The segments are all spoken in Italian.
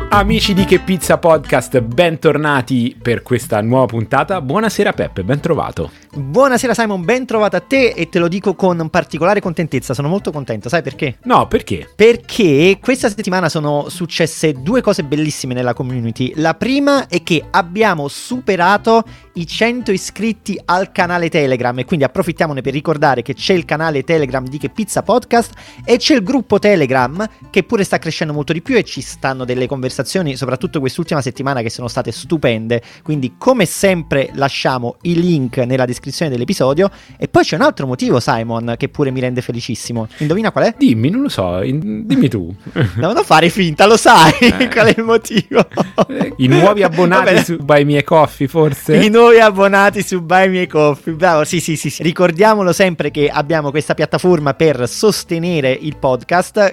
Amici di Che Pizza Podcast, bentornati per questa nuova puntata. Buonasera Peppe, ben trovato. Buonasera Simon, ben trovato a te e te lo dico con particolare contentezza, sono molto contento, sai perché? No, perché? Perché questa settimana sono successe due cose bellissime nella community. La prima è che abbiamo superato i 100 iscritti al canale Telegram e quindi approfittiamone per ricordare che c'è il canale Telegram di Che Pizza Podcast e c'è il gruppo Telegram che pure sta crescendo molto di più e ci stanno delle conversazioni, soprattutto quest'ultima settimana, che sono state stupende. Quindi come sempre lasciamo i link nella descrizione dell'episodio. E poi c'è un altro motivo, Simon, che pure mi rende felicissimo. Indovina qual è? Dimmi, non lo so, dimmi tu. No, non fare finta, lo sai qual è il motivo. I nuovi abbonati su Buy Me a Coffee, forse? I nuovi abbonati su Buy Me a Coffee. Bravo, sì. Ricordiamolo sempre che abbiamo questa piattaforma per sostenere il podcast,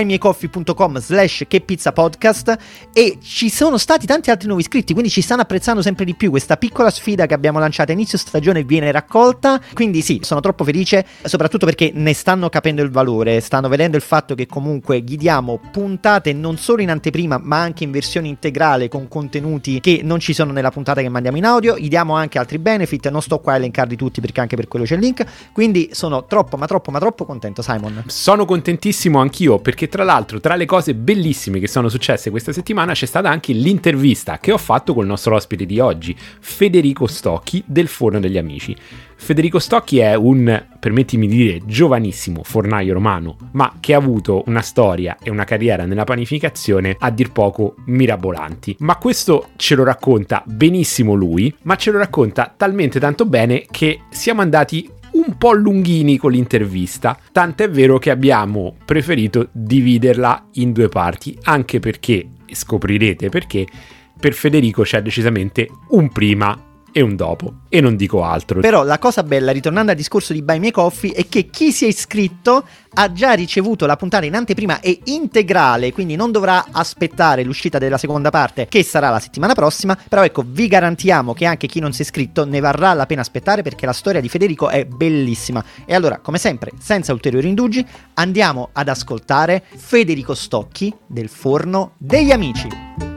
buymeacoffee.com/chepizzapodcast, e ci sono stati tanti altri nuovi iscritti, quindi ci stanno apprezzando sempre di più. Questa piccola sfida che abbiamo lanciato a inizio stagione viene raccolta, quindi sì, sono troppo felice, soprattutto perché ne stanno capendo il valore, stanno vedendo il fatto che comunque gli diamo puntate non solo in anteprima ma anche in versione integrale con contenuti che non ci sono nella puntata che mandiamo in audio. Gli diamo anche altri benefit, non sto qua a elencarli tutti perché anche per quello c'è il link, quindi sono troppo contento, Simon. Sono contentissimo anch'io, perché tra l'altro tra le cose bellissime che sono successe questa settimana c'è stata anche l'intervista che ho fatto col nostro ospite di oggi, Federico Stocchi del Forno degli Amici. Federico Stocchi è un, permettimi di dire, giovanissimo fornaio romano, ma che ha avuto una storia e una carriera nella panificazione a dir poco mirabolanti. Ma questo ce lo racconta benissimo lui, ma ce lo racconta talmente tanto bene che siamo andati un po' lunghini con l'intervista, tant'è vero che abbiamo preferito dividerla in due parti, anche perché, scoprirete perché, per Federico c'è decisamente un prima e un dopo, e non dico altro. Però la cosa bella, ritornando al discorso di Buy Me Coffee, è che chi si è iscritto ha già ricevuto la puntata in anteprima e integrale, quindi non dovrà aspettare l'uscita della seconda parte, che sarà la settimana prossima. Però ecco, vi garantiamo che anche chi non si è iscritto ne varrà la pena aspettare, perché la storia di Federico è bellissima. E allora, come sempre, senza ulteriori indugi, andiamo ad ascoltare Federico Stocchi del Forno degli Amici.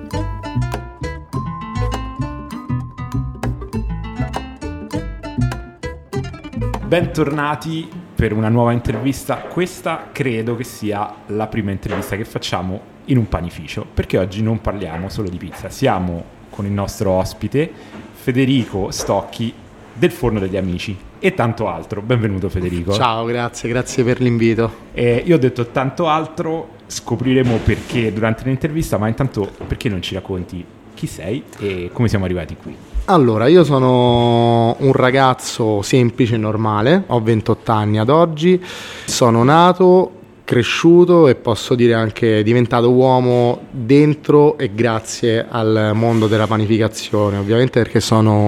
Bentornati per una nuova intervista. Questa credo che sia la prima intervista che facciamo in un panificio, perché oggi non parliamo solo di pizza. Siamo con il nostro ospite Federico Stocchi del Forno degli Amici e tanto altro. Benvenuto Federico. Ciao, grazie per l'invito. Io ho detto tanto altro, scopriremo perché durante l'intervista, ma intanto perché non ci racconti chi sei e come siamo arrivati qui? Allora, io sono un ragazzo semplice e normale, ho 28 anni ad oggi, sono nato, cresciuto e posso dire anche diventato uomo dentro e grazie al mondo della panificazione, ovviamente perché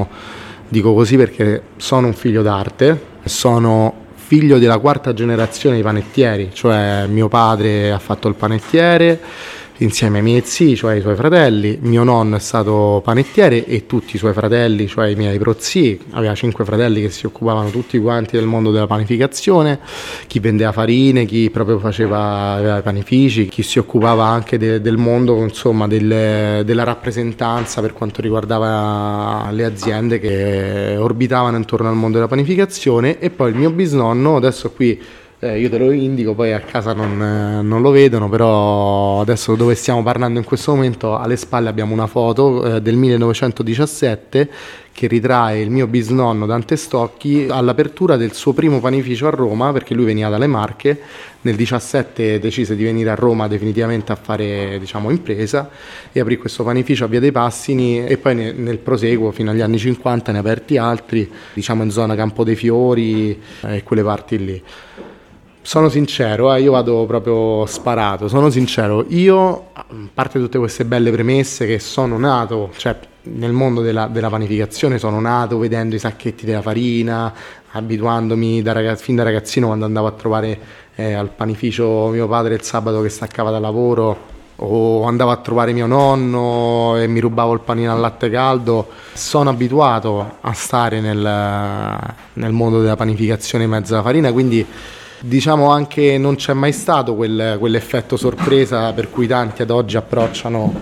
dico così perché sono un figlio d'arte, sono figlio della quarta generazione di panettieri, cioè mio padre ha fatto il panettiere insieme ai miei zii, cioè ai suoi fratelli. Mio nonno è stato panettiere e tutti i suoi fratelli, cioè i miei prozii, aveva 5 fratelli che si occupavano tutti quanti del mondo della panificazione, chi vendeva farine, chi proprio aveva i panifici, chi si occupava anche del mondo, insomma, della rappresentanza per quanto riguardava le aziende che orbitavano intorno al mondo della panificazione. E poi il mio bisnonno, adesso qui io te lo indico, poi a casa non lo vedono, però adesso dove stiamo parlando in questo momento alle spalle abbiamo una foto del 1917 che ritrae il mio bisnonno Dante Stocchi all'apertura del suo primo panificio a Roma, perché lui veniva dalle Marche. Nel 17 decise di venire a Roma definitivamente a fare, diciamo, impresa e aprì questo panificio a Via dei Passini, e poi nel proseguo fino agli anni 50 ne ha aperti altri, diciamo in zona Campo dei Fiori e quelle parti lì. Sono sincero, io vado proprio sparato, sono sincero, io, a parte tutte queste belle premesse, che sono nato, cioè nel mondo della panificazione sono nato vedendo i sacchetti della farina, abituandomi fin da ragazzino, quando andavo a trovare al panificio mio padre il sabato che staccava da lavoro, o andavo a trovare mio nonno e mi rubavo il panino al latte caldo. Sono abituato a stare nel mondo della panificazione in mezzo alla farina, quindi diciamo anche non c'è mai stato quell'effetto sorpresa per cui tanti ad oggi approcciano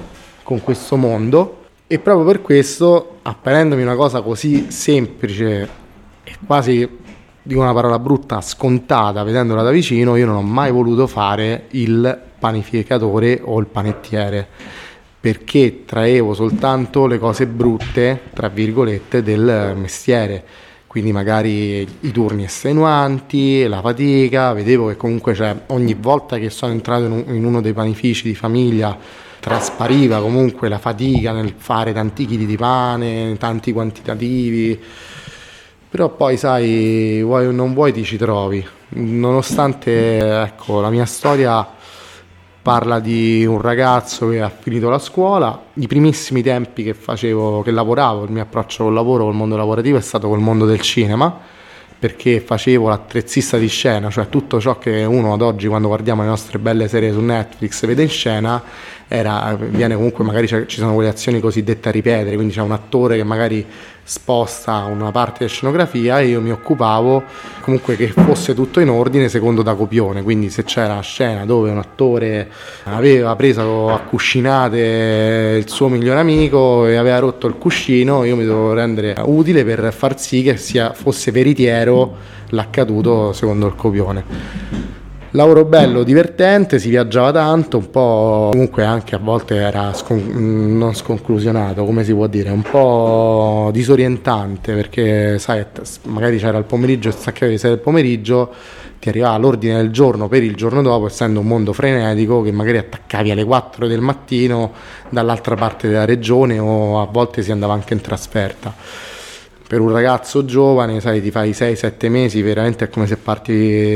con questo mondo, e proprio per questo, apparendomi una cosa così semplice e quasi, dico una parola brutta, scontata vedendola da vicino, io non ho mai voluto fare il panificatore o il panettiere, perché traevo soltanto le cose brutte, tra virgolette, del mestiere. Quindi magari i turni estenuanti, la fatica, vedevo che comunque ogni volta che sono entrato in uno dei panifici di famiglia traspariva comunque la fatica nel fare tanti chili di pane, tanti quantitativi, però poi sai, vuoi o non vuoi ti ci trovi, nonostante, ecco, la mia storia parla di un ragazzo che ha finito la scuola. I primissimi tempi che lavoravo, il mio approccio col lavoro, col mondo lavorativo è stato col mondo del cinema, perché facevo l'attrezzista di scena, cioè tutto ciò che uno ad oggi, quando guardiamo le nostre belle serie su Netflix, vede in scena, viene comunque, magari ci sono quelle azioni cosiddette a ripetere, quindi c'è un attore che magari sposta una parte della scenografia e io mi occupavo comunque che fosse tutto in ordine secondo da copione. Quindi se c'era una scena dove un attore aveva preso a cuscinate il suo migliore amico e aveva rotto il cuscino, io mi dovevo rendere utile per far sì che fosse veritiero l'accaduto secondo il copione. Lavoro bello, divertente, si viaggiava tanto, un po' comunque anche a volte era non sconclusionato, come si può dire, un po' disorientante, perché sai, magari c'era il pomeriggio e staccavi alle 6 del pomeriggio, ti arrivava l'ordine del giorno per il giorno dopo, essendo un mondo frenetico che magari attaccavi alle 4 del mattino dall'altra parte della regione, o a volte si andava anche in trasferta. Per un ragazzo giovane, sai, ti fai 6-7 mesi, veramente è come se parti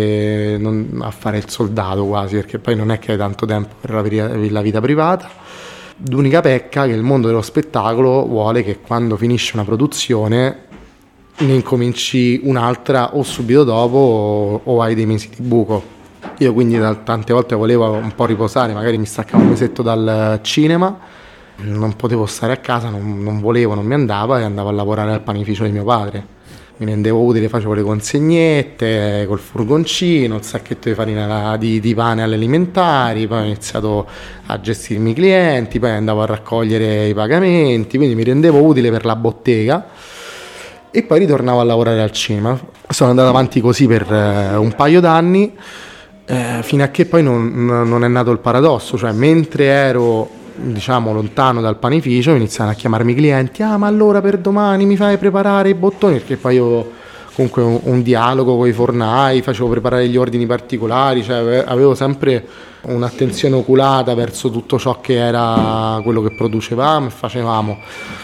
a fare il soldato quasi, perché poi non è che hai tanto tempo per la vita privata. L'unica pecca è che il mondo dello spettacolo vuole che quando finisce una produzione ne incominci un'altra o subito dopo o hai dei mesi di buco. Io quindi tante volte volevo un po' riposare, magari mi staccavo un mesetto dal cinema, non potevo stare a casa, non volevo, non mi andava, e andavo a lavorare al panificio di mio padre. Mi rendevo utile, facevo le consegnette col furgoncino, il sacchetto di farina di pane alle alimentari, poi ho iniziato a gestirmi i clienti, poi andavo a raccogliere i pagamenti, quindi mi rendevo utile per la bottega e poi ritornavo a lavorare al cinema. Sono andato avanti così per un paio d'anni, fino a che poi non è nato il paradosso, cioè mentre ero, diciamo, lontano dal panificio, iniziano a chiamarmi clienti: ma allora per domani mi fai preparare i bottoni, perché poi io comunque un dialogo con i fornai, facevo preparare gli ordini particolari, cioè avevo sempre un'attenzione oculata verso tutto ciò che era quello che producevamo e facevamo,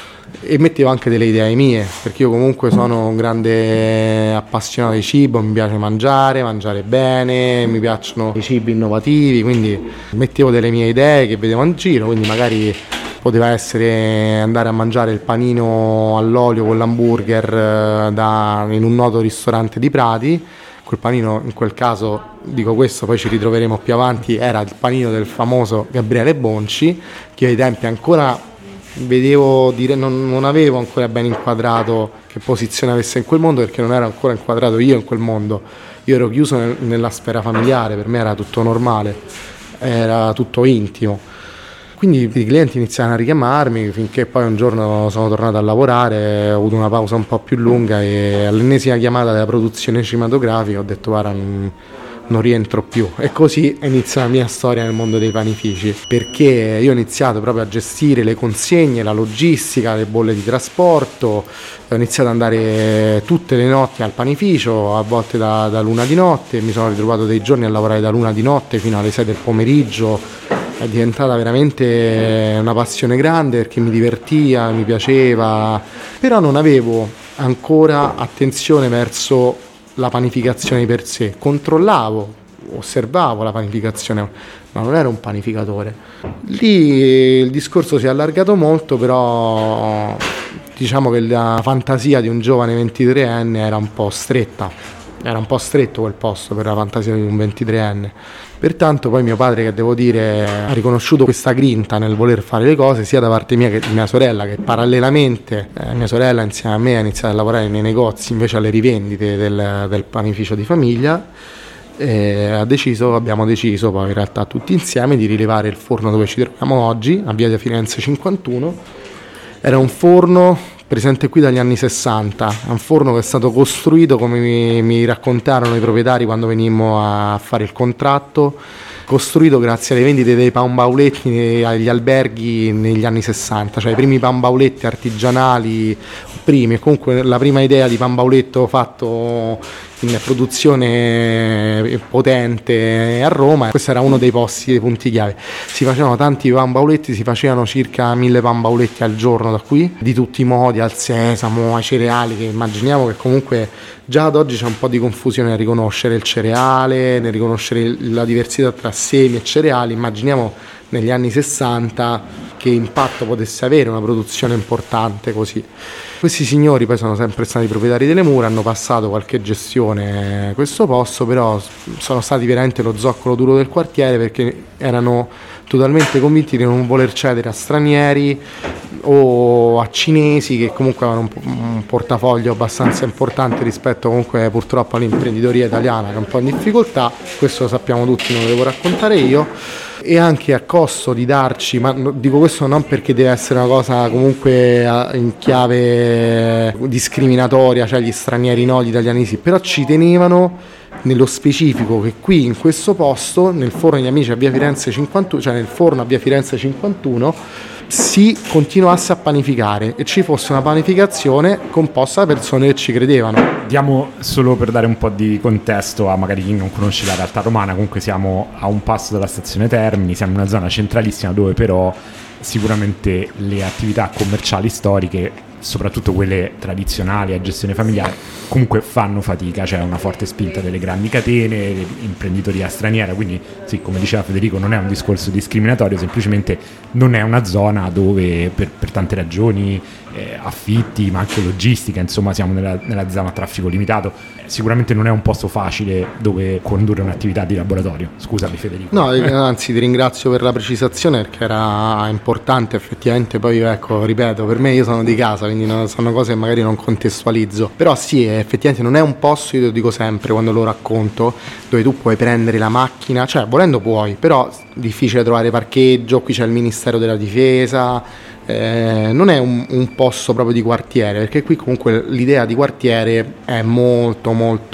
e mettevo anche delle idee mie, perché io comunque sono un grande appassionato di cibo, mi piace mangiare bene, mi piacciono i cibi innovativi, quindi mettevo delle mie idee che vedevo in giro, quindi magari poteva essere andare a mangiare il panino all'olio con l'hamburger in un noto ristorante di Prati. Quel panino, in quel caso, dico questo, poi ci ritroveremo più avanti, era il panino del famoso Gabriele Bonci, che io ai tempi ancora vedevo dire, non avevo ancora ben inquadrato che posizione avesse in quel mondo, perché non ero ancora inquadrato io in quel mondo, io ero chiuso nella sfera familiare, per me era tutto normale, era tutto intimo. Quindi i clienti iniziarono a richiamarmi, finché poi un giorno sono tornato a lavorare, ho avuto una pausa un po' più lunga e all'ennesima chiamata della produzione cinematografica ho detto: guarda, non rientro più. E così inizia la mia storia nel mondo dei panifici, perché io ho iniziato proprio a gestire le consegne, la logistica, le bolle di trasporto, ho iniziato ad andare tutte le notti al panificio, a volte da luna di notte, mi sono ritrovato dei giorni a lavorare da luna di notte fino alle 6 del pomeriggio. È diventata veramente una passione grande, perché mi divertiva, mi piaceva, però non avevo ancora attenzione verso la panificazione per sé. Controllavo, osservavo la panificazione, ma non ero un panificatore. Lì il discorso si è allargato molto, però diciamo che la fantasia di un giovane 23enne era un po' stretta, era un po' stretto quel posto per la fantasia di un 23enne. Pertanto poi mio padre, che devo dire, ha riconosciuto questa grinta nel voler fare le cose, sia da parte mia che di mia sorella, che parallelamente mia sorella insieme a me ha iniziato a lavorare nei negozi invece alle rivendite del panificio di famiglia, abbiamo deciso poi in realtà tutti insieme di rilevare il forno dove ci troviamo oggi, a via di Firenze 51. Era un forno presente qui dagli anni 60, è un forno che è stato costruito, come mi raccontarono i proprietari quando venimmo a fare il contratto, costruito grazie alle vendite dei panbauletti agli alberghi negli anni 60, cioè i primi panbauletti artigianali primi, e comunque la prima idea di panbauletto fatto in produzione potente a Roma. Questo era uno dei posti, dei punti chiave. Si facevano tanti panbauletti, si facevano circa 1000 panbauletti al giorno da qui, di tutti i modi, al sesamo, ai cereali, che immaginiamo che comunque già ad oggi c'è un po' di confusione nel riconoscere il cereale, nel riconoscere la diversità tra semi e cereali. Immaginiamo negli anni 60 che impatto potesse avere una produzione importante così. Questi signori poi sono sempre stati proprietari delle mura, hanno passato qualche gestione questo posto, però sono stati veramente lo zoccolo duro del quartiere, perché erano totalmente convinti di non voler cedere a stranieri o a cinesi, che comunque avevano un portafoglio abbastanza importante rispetto comunque purtroppo all'imprenditoria italiana, che è un po' in difficoltà. Questo lo sappiamo tutti, non lo devo raccontare io. E anche a costo di darci, ma dico questo non perché deve essere una cosa comunque in chiave discriminatoria, cioè gli stranieri no, gli italiani sì, però ci tenevano nello specifico che qui in questo posto, nel forno degli amici a via Firenze 51, cioè nel forno a via Firenze 51, si continuasse a panificare e ci fosse una panificazione composta da persone che ci credevano. Diamo solo per dare un po' di contesto a magari chi non conosce la realtà romana, comunque siamo a un passo dalla stazione Termini, siamo in una zona centralissima dove però sicuramente le attività commerciali storiche, soprattutto quelle tradizionali a gestione familiare, comunque fanno fatica, c'è una forte spinta delle grandi catene, imprenditoria straniera, quindi sì, come diceva Federico, non è un discorso discriminatorio, semplicemente non è una zona dove per tante ragioni, affitti ma anche logistica, insomma siamo nella zona a traffico limitato, sicuramente non è un posto facile dove condurre un'attività di laboratorio. Scusami Federico. No, anzi ti ringrazio per la precisazione, perché era importante effettivamente. Poi ecco, ripeto, per me, io sono di casa, quindi sono cose che magari non contestualizzo, però sì, effettivamente non è un posto, io lo dico sempre quando lo racconto, dove tu puoi prendere la macchina, cioè volendo puoi, però difficile trovare parcheggio, qui c'è il Ministero della Difesa. Non è un posto proprio di quartiere, perché qui comunque l'idea di quartiere è molto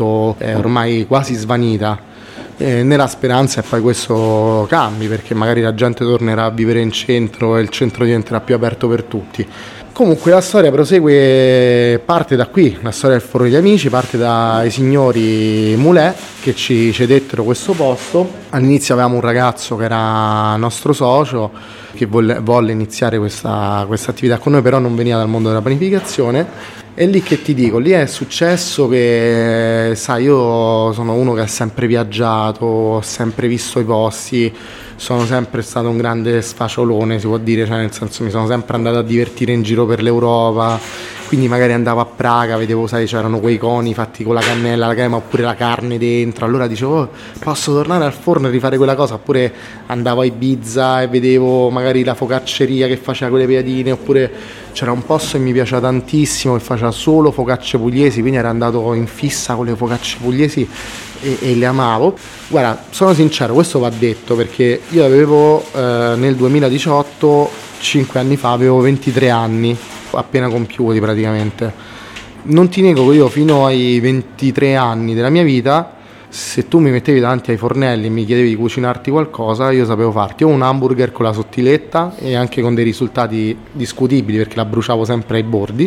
ormai quasi svanita, nella speranza che poi questo cambi, perché magari la gente tornerà a vivere in centro e il centro diventerà più aperto per tutti. Comunque la storia prosegue, parte da qui, la storia del forno degli amici parte dai signori Moulet che ci cedettero questo posto. All'inizio avevamo un ragazzo che era nostro socio, che volle iniziare questa attività con noi, però non veniva dal mondo della panificazione. E lì che ti dico, lì è successo che, sai, io sono uno che ha sempre viaggiato, ho sempre visto i posti, sono sempre stato un grande sfaciolone, si può dire, cioè nel senso mi sono sempre andato a divertire in giro per l'Europa, quindi magari andavo a Praga, vedevo, sai, c'erano quei coni fatti con la cannella, la crema oppure la carne dentro, allora dicevo, oh, posso tornare al forno e rifare quella cosa, oppure andavo a Ibiza e vedevo magari la focacceria che faceva quelle piadine, oppure c'era un posto che mi piaceva tantissimo che faceva solo focacce pugliesi, quindi ero andato in fissa con le focacce pugliesi e le amavo. Guarda, sono sincero, questo va detto, perché io avevo nel 2018, 5 anni fa, avevo 23 anni appena compiuti praticamente. Non ti nego che io fino ai 23 anni della mia vita, se tu mi mettevi davanti ai fornelli e mi chiedevi di cucinarti qualcosa, io sapevo farti o un hamburger con la sottiletta, e anche con dei risultati discutibili perché la bruciavo sempre ai bordi,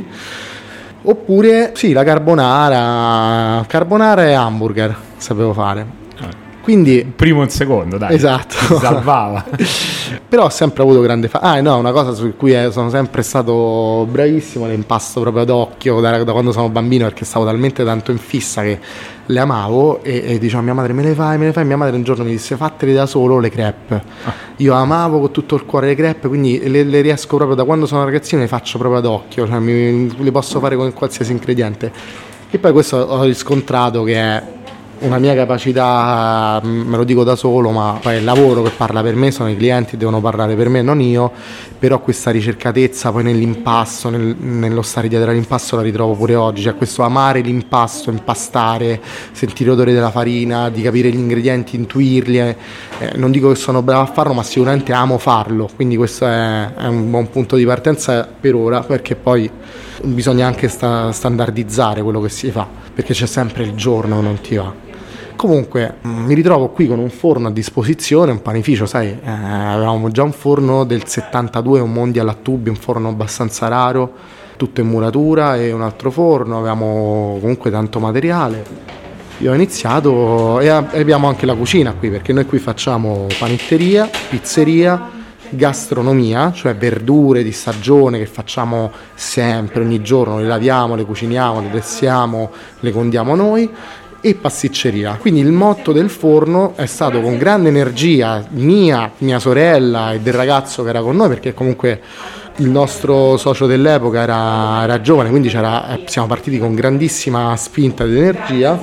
oppure sì, la carbonara e hamburger sapevo fare. Quindi primo e secondo, dai. Esatto. Salvava. Però ho sempre avuto grande una cosa su cui sono sempre stato bravissimo, le impasto proprio ad occhio da quando sono bambino, perché stavo talmente tanto in fissa che le amavo e dicevo a mia madre me le fai, mia madre un giorno mi disse fatele da solo le crepe. Io amavo con tutto il cuore le crepe, quindi le riesco proprio da quando sono ragazzino, le faccio proprio ad occhio, cioè le posso fare con qualsiasi ingrediente. E poi questo ho riscontrato che è una mia capacità, me lo dico da solo, ma poi è il lavoro che parla per me, sono i clienti che devono parlare per me, non io, però questa ricercatezza poi nell'impasto, nello stare dietro all'impasto la ritrovo pure oggi, cioè questo amare l'impasto, impastare, sentire l'odore della farina, di capire gli ingredienti, intuirli, non dico che sono bravo a farlo, ma sicuramente amo farlo, quindi questo è un buon punto di partenza per ora, perché poi bisogna anche standardizzare quello che si fa, perché c'è sempre il giorno che non ti va. Comunque mi ritrovo qui con un forno a disposizione, un panificio, sai, avevamo già un forno del 72, un Mondial a tubi, un forno abbastanza raro, tutto in muratura, e un altro forno, avevamo comunque tanto materiale. Io ho iniziato e abbiamo anche la cucina qui, perché noi qui facciamo panetteria, pizzeria, gastronomia, cioè verdure di stagione che facciamo sempre, ogni giorno, le laviamo, le cuciniamo, le dressiamo, le condiamo noi, e pasticceria. Quindi il motto del forno è stato, con grande energia mia sorella e del ragazzo che era con noi, perché comunque il nostro socio dell'epoca era giovane, quindi siamo partiti con grandissima spinta di energia.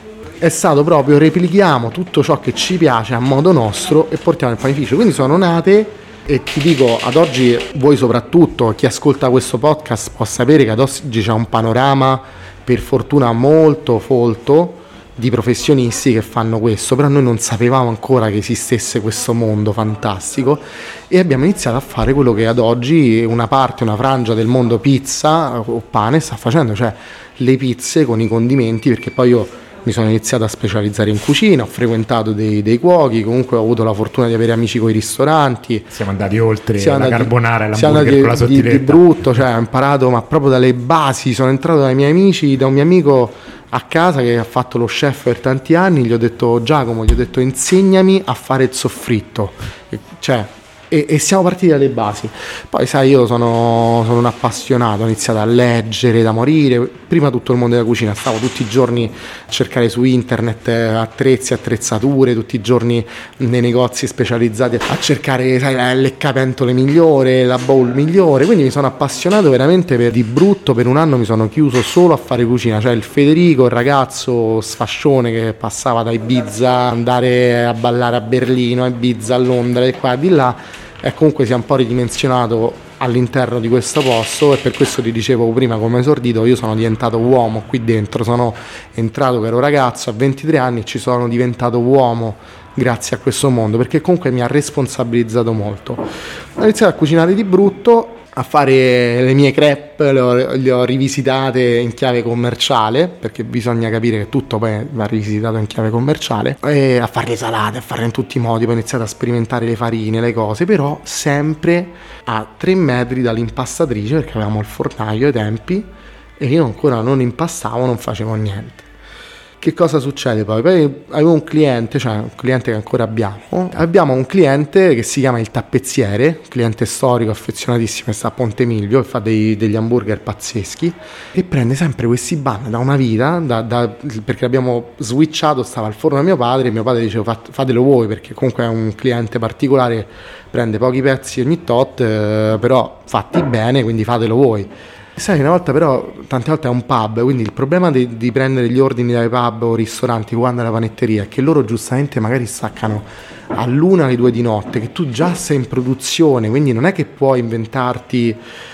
È stato proprio replichiamo tutto ciò che ci piace a modo nostro e portiamo il panificio. Quindi sono nate, e ti dico, ad oggi voi soprattutto, chi ascolta questo podcast può sapere che ad oggi c'è un panorama per fortuna molto folto di professionisti che fanno questo, però noi non sapevamo ancora che esistesse questo mondo fantastico, e abbiamo iniziato a fare quello che ad oggi una frangia del mondo pizza o pane sta facendo, cioè le pizze con i condimenti, perché poi io mi sono iniziato a specializzare in cucina, ho frequentato dei cuochi, comunque ho avuto la fortuna di avere amici con i ristoranti. Siamo andati oltre la carbonara e l'hamburger con la sottiletta. Di brutto, cioè ho imparato, ma proprio dalle basi. Sono entrato dai miei amici, da un mio amico a casa che ha fatto lo chef per tanti anni, gli ho detto: Giacomo, insegnami a fare il soffritto, cioè, e siamo partiti dalle basi. Poi sai, io sono un appassionato, ho iniziato a leggere da morire, prima tutto il mondo della cucina, stavo tutti i giorni a cercare su internet attrezzi, attrezzature, tutti i giorni nei negozi specializzati a cercare, sai, la leccapentole migliore, la bowl migliore, quindi mi sono appassionato veramente di brutto. Per un anno mi sono chiuso solo a fare cucina, cioè il Federico, il ragazzo sfascione che passava da Ibiza, andare a ballare a Berlino, a Ibiza, a Londra, e qua di là, e comunque si è un po' ridimensionato all'interno di questo posto, e per questo ti dicevo prima, come esordito, io sono diventato uomo qui dentro. Sono entrato che ero ragazzo a 23 anni e ci sono diventato uomo grazie a questo mondo, perché comunque mi ha responsabilizzato molto. Ho iniziato a cucinare di brutto, a fare le mie crepe, le ho rivisitate in chiave commerciale, perché bisogna capire che tutto poi va rivisitato in chiave commerciale, e a fare le salate, a farle in tutti i modi. Poi ho iniziato a sperimentare le farine, le cose, però sempre a 3 metri dall'impastatrice, perché avevamo il fornaio ai tempi e io ancora non impastavo, non facevo niente. Che cosa succede poi? Poi avevo un cliente, cioè un cliente che ancora abbiamo un cliente che si chiama il Tappezziere, cliente storico affezionatissimo, che sta a Ponte Milvio e fa degli hamburger pazzeschi, e prende sempre questi bun da una vita, perché abbiamo switchato, stava al forno da mio padre, e mio padre diceva fatelo voi, perché comunque è un cliente particolare, prende pochi pezzi ogni tot, però fatti bene, quindi fatelo voi. Sai, una volta però, tante volte è un pub, quindi il problema di prendere gli ordini dai pub o ristoranti quando è la panetteria è che loro giustamente magari staccano all'1 alle 2 di notte, che tu già sei in produzione, quindi non è che puoi inventarti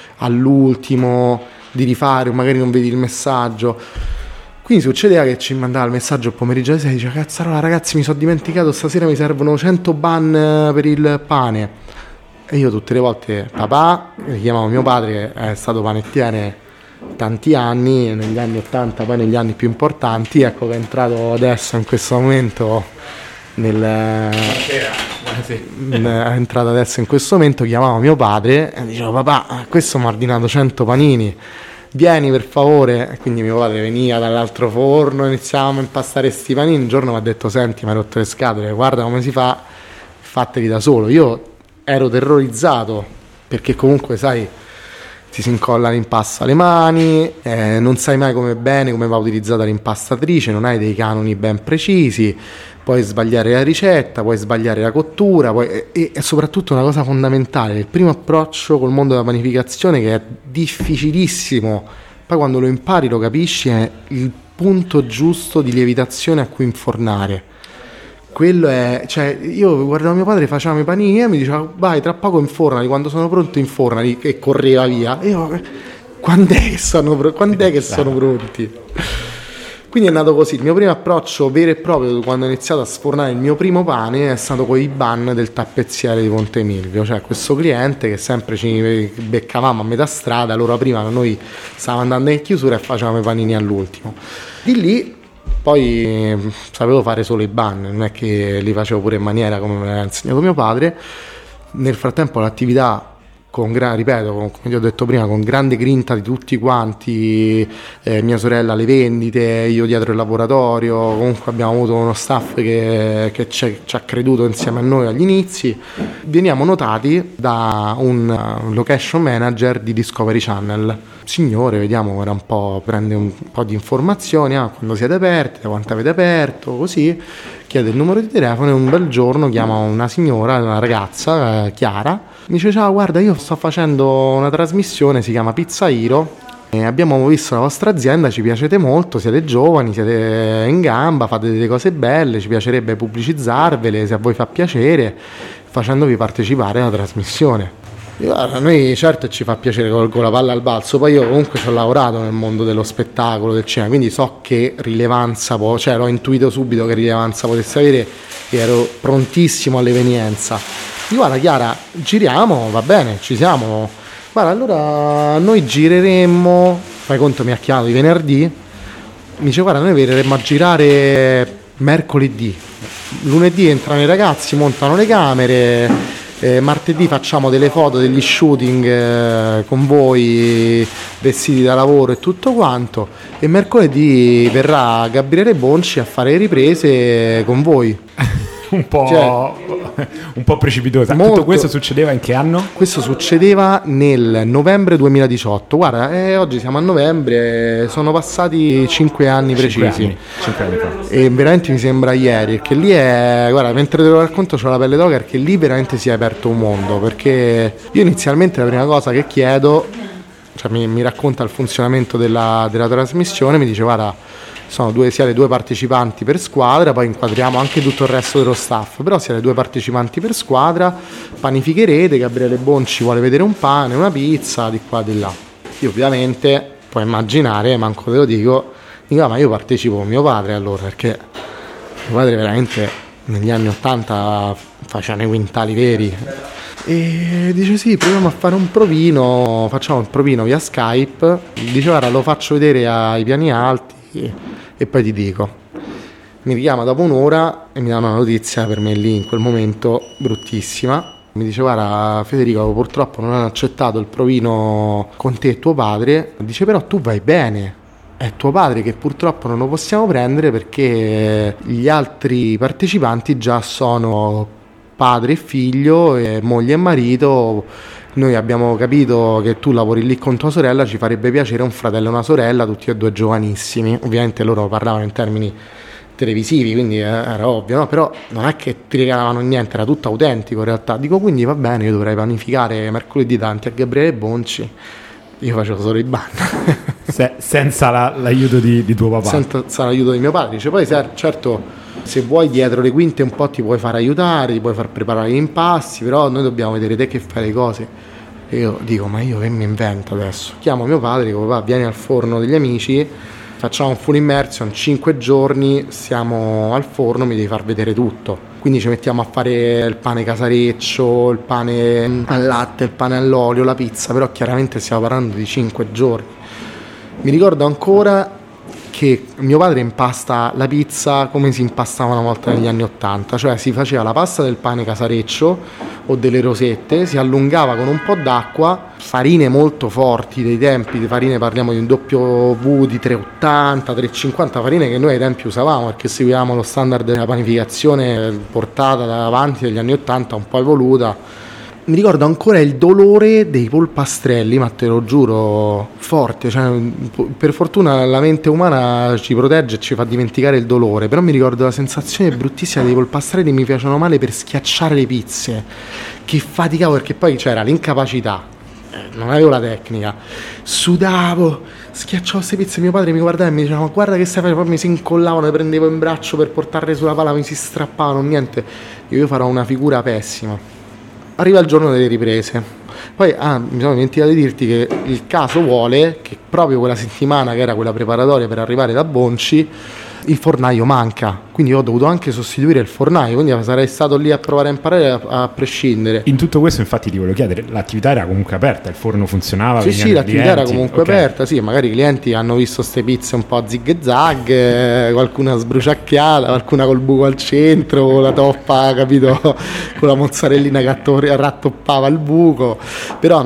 all'ultimo di rifare, o magari non vedi il messaggio. Quindi succedeva che ci mandava il messaggio il pomeriggio alle 6, dice: cazzarola ragazzi, mi sono dimenticato, stasera mi servono 100 bun per il pane. E io tutte le volte, papà, chiamavo mio padre, che è stato panettiere tanti anni, negli anni 80, poi negli anni più importanti, ecco che è entrato adesso in questo momento è entrato adesso in questo momento, chiamavo mio padre e dicevo: papà, questo mi ha ordinato 100 panini, vieni per favore. E quindi mio padre veniva dall'altro forno, iniziavamo a impastare sti panini. Un giorno mi ha detto: senti, mi hai rotto le scatole, guarda come si fa, fateli da solo. Io ero terrorizzato, perché comunque sai, ti si incolla l'impasto alle mani, non sai mai come va utilizzata l'impastatrice, non hai dei canoni ben precisi, puoi sbagliare la ricetta, puoi sbagliare la cottura, e soprattutto una cosa fondamentale, il primo approccio col mondo della panificazione, che è difficilissimo, poi quando lo impari lo capisci, è il punto giusto di lievitazione a cui infornare. Quello è, cioè, io guardavo mio padre, facevamo i panini e mi diceva vai tra poco infornali, quando sono pronto infornali, e correva via. E io, quando è che sono pronti? Quindi è nato così. Il mio primo approccio vero e proprio quando ho iniziato a sfornare il mio primo pane è stato con i ban del tappezziere di Ponte Milvio, cioè questo cliente che sempre ci beccavamo a metà strada, l'ora prima noi stavamo andando in chiusura e facevamo i panini all'ultimo. Di lì poi sapevo fare solo i ban, non è che li facevo pure in maniera come me l'aveva insegnato mio padre. Nel frattempo l'attività, ripeto, come ti ho detto prima, con grande grinta di tutti quanti, mia sorella alle vendite, io dietro il laboratorio, comunque abbiamo avuto uno staff che ci ha creduto insieme a noi agli inizi. Veniamo notati da un location manager di Discovery Channel. Signore, vediamo, era prende un po' di informazioni, quando siete aperti, da quanto avete aperto, così, chiede il numero di telefono e un bel giorno chiama una signora, una ragazza, Chiara, mi dice ciao, guarda, io sto facendo una trasmissione, si chiama Pizza Hero, e abbiamo visto la vostra azienda, ci piacete molto, siete giovani, siete in gamba, fate delle cose belle, ci piacerebbe pubblicizzarvele se a voi fa piacere, facendovi partecipare alla trasmissione. A noi certo ci fa piacere con la palla al balzo, poi io comunque ci ho lavorato nel mondo dello spettacolo, del cinema, quindi so che rilevanza cioè l'ho intuito subito che rilevanza potesse avere e ero prontissimo all'evenienza. Guarda Chiara, giriamo, va bene, ci siamo, guarda allora noi gireremmo, fai conto mi ha chiamato di venerdì, mi dice guarda noi verremo a girare mercoledì, lunedì entrano i ragazzi, montano le camere, martedì facciamo delle foto degli shooting con voi vestiti da lavoro e tutto quanto, e mercoledì verrà Gabriele Bonci a fare riprese con voi. un po' precipitosa. Molto. Tutto questo succedeva in che anno? Questo succedeva nel novembre 2018. Guarda, oggi siamo a novembre, sono passati 5 anni precisi. 5 anni fa. E veramente mi sembra ieri, perché lì è, guarda, mentre te lo racconto c'ho la pelle d'oca, perché lì veramente si è aperto un mondo, perché io inizialmente la prima cosa che chiedo, cioè mi racconta il funzionamento della trasmissione, mi dice guarda, siete 2 partecipanti per squadra, poi inquadriamo anche tutto il resto dello staff, però siete 2 partecipanti per squadra, panificherete, Gabriele Bonci vuole vedere un pane, una pizza, di qua di là. Io ovviamente, puoi immaginare, manco te lo dico, ma io partecipo con mio padre allora, perché mio padre veramente negli anni 80 faceva i quintali veri. E dice sì, proviamo a fare un provino, facciamo un provino via Skype, dice guarda lo faccio vedere ai piani alti e poi ti dico. Mi richiama dopo un'ora e mi dà una notizia per me lì in quel momento bruttissima. Mi dice guarda Federico, purtroppo non hanno accettato il provino con te e tuo padre, dice però tu vai bene, è tuo padre che purtroppo non lo possiamo prendere perché gli altri partecipanti già sono padre e figlio, e moglie e marito. Noi abbiamo capito che tu lavori lì con tua sorella, ci farebbe piacere un fratello e una sorella, tutti e 2 giovanissimi. Ovviamente loro parlavano in termini televisivi, quindi era ovvio, no? Però non è che ti regalavano niente, era tutto autentico in realtà. Dico quindi va bene, io dovrei panificare mercoledì davanti a Gabriele Bonci. Io facevo solo i ban. Senza l'aiuto di tuo papà. Senza l'aiuto di mio padre. Dice poi certo, se vuoi dietro le quinte un po' ti puoi far aiutare, ti puoi far preparare gli impasti, però noi dobbiamo vedere te che fai le cose. E io dico ma io che mi invento adesso? Chiamo mio padre, dico papà vieni al forno degli amici, facciamo un full immersion, 5 giorni siamo al forno, mi devi far vedere tutto. Quindi ci mettiamo a fare il pane casareccio, il pane al latte, il pane all'olio, la pizza, però chiaramente stiamo parlando di 5 giorni. Mi ricordo ancora che mio padre impasta la pizza come si impastava una volta negli anni 80, cioè si faceva la pasta del pane casareccio o delle rosette, si allungava con un po' d'acqua, farine molto forti dei tempi, di farine parliamo di un W di 380, 350, farine che noi ai tempi usavamo perché seguivamo lo standard della panificazione portata da avanti degli anni 80, un po' evoluta. Mi ricordo ancora il dolore dei polpastrelli, ma te lo giuro, forte, cioè, per fortuna la mente umana ci protegge e ci fa dimenticare il dolore, però mi ricordo la sensazione bruttissima dei polpastrelli, mi facevano male per schiacciare le pizze, che faticavo perché poi c'era l'incapacità non avevo la tecnica, sudavo, schiacciavo queste pizze, mio padre mi guardava e mi diceva: ma guarda che stai facendo, poi mi si incollavano, le prendevo in braccio per portarle sulla pala, mi si strappavano, niente, io farò una figura pessima. Arriva il giorno delle riprese, poi mi sono dimenticato di dirti che il caso vuole che proprio quella settimana, che era quella preparatoria per arrivare da Bonci, il fornaio manca, quindi ho dovuto anche sostituire il fornaio, quindi sarei stato lì a provare a imparare a prescindere. In tutto questo infatti ti volevo chiedere, l'attività era comunque aperta, il forno funzionava? Sì, l'attività era comunque aperta, sì, magari i clienti hanno visto ste pizze un po' zig e zag, qualcuna sbruciacchiata, qualcuna col buco al centro, con la toppa, capito, con la mozzarellina che rattoppava il buco, però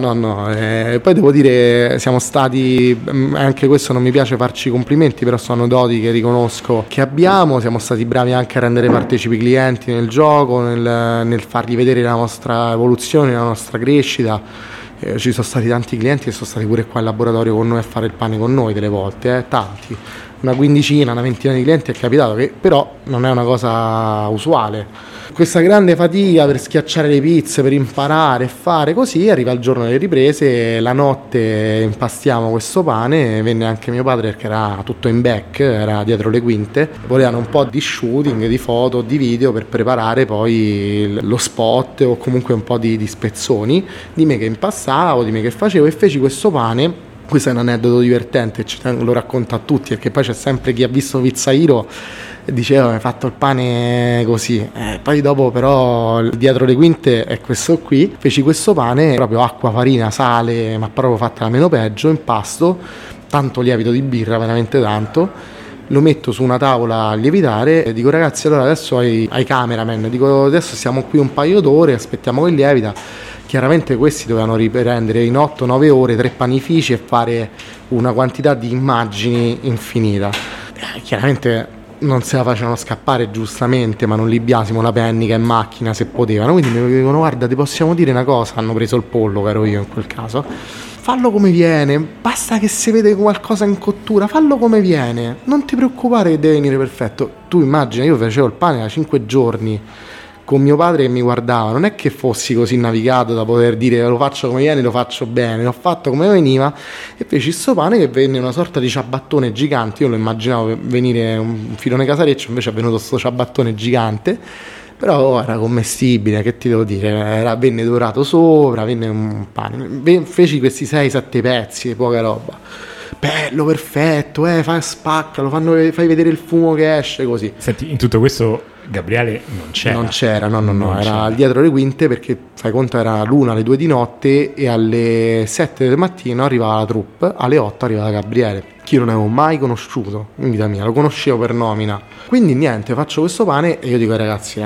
poi devo dire, siamo stati, anche questo non mi piace farci complimenti, però sono doti che riconosco che abbiamo, siamo stati bravi anche a rendere partecipi i clienti nel gioco, nel fargli vedere la nostra evoluzione, la nostra crescita. Ci sono stati tanti clienti che sono stati pure qua in laboratorio con noi a fare il pane con noi delle volte, tanti, una quindicina, una ventina di clienti è capitato, che però non è una cosa usuale. Questa grande fatica per schiacciare le pizze, per imparare e fare così, arriva il giorno delle riprese, la notte impastiamo questo pane, venne anche mio padre perché era tutto in back, era dietro le quinte, volevano un po' di shooting, di foto, di video per preparare poi lo spot o comunque un po' di spezzoni di me che impastavo, di me che facevo, e feci questo pane. Questo è un aneddoto divertente, lo racconto a tutti, perché poi c'è sempre chi ha visto Pizza Hero e diceva: hai fatto il pane così, poi dopo però dietro le quinte è questo qui. Feci questo pane, proprio acqua, farina, sale, ma proprio fatta la meno peggio, impasto, tanto lievito di birra, veramente tanto, lo metto su una tavola a lievitare e dico: ragazzi, allora adesso ai cameraman, dico adesso siamo qui un paio d'ore, aspettiamo che lievita. Chiaramente questi dovevano riprendere in 8-9 ore 3 panifici e fare una quantità di immagini infinita. Chiaramente non se la facevano scappare, giustamente, ma non li biasimo la pennica in macchina se potevano, quindi mi dicono: guarda, ti possiamo dire una cosa, hanno preso il pollo, che ero io in quel caso, fallo come viene, basta che si vede qualcosa in cottura, fallo come viene, non ti preoccupare che deve venire perfetto. Tu immagina, io facevo il pane da 5 giorni con mio padre che mi guardava, non è che fossi così navigato da poter dire lo faccio come viene, lo faccio bene, l'ho fatto come veniva, e feci sto pane che venne una sorta di ciabattone gigante. Io lo immaginavo venire un filone casareccio, invece è venuto sto ciabattone gigante, però era commestibile, che ti devo dire, venne dorato sopra, venne un pane, feci questi 6-7 pezzi, poca roba, bello, perfetto, spaccalo, fai vedere il fumo che esce, così. Senti, in tutto questo Gabriele non c'era, no, era dietro le quinte, perché fai conto era l'1 alle 2 di notte e alle 7 del mattino arrivava la troupe, alle 8 arrivava Gabriele, che io non avevo mai conosciuto in vita mia, lo conoscevo per nomina. Quindi niente, faccio questo pane e io dico ai ragazzi,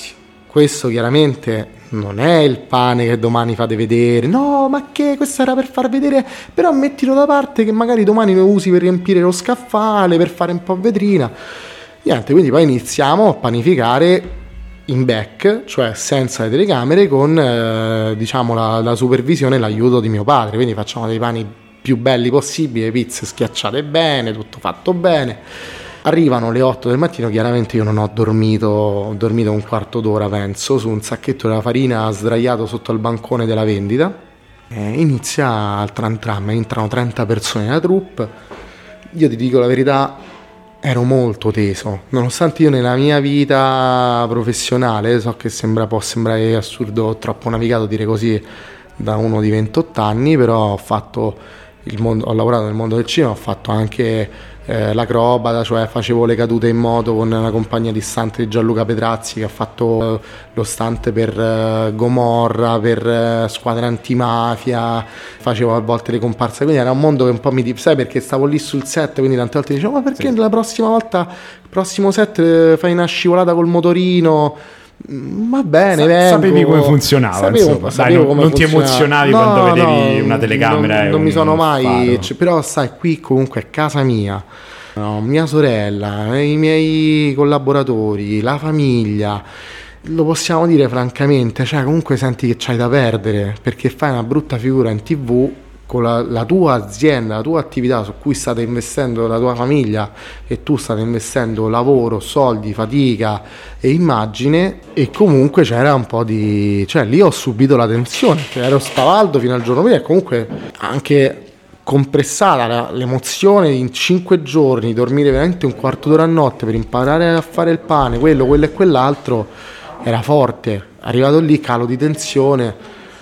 questo chiaramente non è il pane che domani fate vedere, no, ma che, questo era per far vedere, però mettilo da parte che magari domani lo usi per riempire lo scaffale, per fare un po' vetrina. Niente, quindi poi iniziamo a panificare in back, cioè senza le telecamere, con diciamo la supervisione e l'aiuto di mio padre, quindi facciamo dei pani più belli possibili, pizze schiacciate bene, tutto fatto bene. Arrivano le 8 del mattino, chiaramente io non ho dormito, ho dormito un quarto d'ora penso, su un sacchetto della farina sdraiato sotto al bancone della vendita, inizia il tram tram, entrano 30 persone nella troupe. Io ti dico la verità, ero molto teso, nonostante io nella mia vita professionale, so che può sembrare assurdo, troppo navigato dire così da uno di 28 anni, però ho lavorato nel mondo del cinema, ho fatto anche l'acrobata, cioè facevo le cadute in moto con la compagnia di stunt di Gianluca Petrazzi, che ha fatto lo stunt per Gomorra, per Squadra Antimafia, facevo a volte le comparse, quindi era un mondo che un po' sai, perché stavo lì sul set, quindi tante volte dicevo: ma perché la prossima volta, il prossimo set fai una scivolata col motorino? Va bene, sapevi come funzionava, sapevo come non ti emozionavi quando vedevi una telecamera? Non mi sono mai, però sai, qui comunque è casa mia, mia sorella, i miei collaboratori, la famiglia, lo possiamo dire francamente, cioè comunque senti che c'hai da perdere, perché fai una brutta figura in TV con la tua azienda, la tua attività su cui state investendo la tua famiglia e tu state investendo lavoro, soldi, fatica e immagine, e comunque c'era un po' di... cioè lì ho subito la tensione, cioè ero spavaldo fino al giorno prima e comunque anche compressata l'emozione in 5 giorni, dormire veramente un quarto d'ora a notte per imparare a fare il pane, quello e quell'altro, era forte. Arrivato lì, calo di tensione,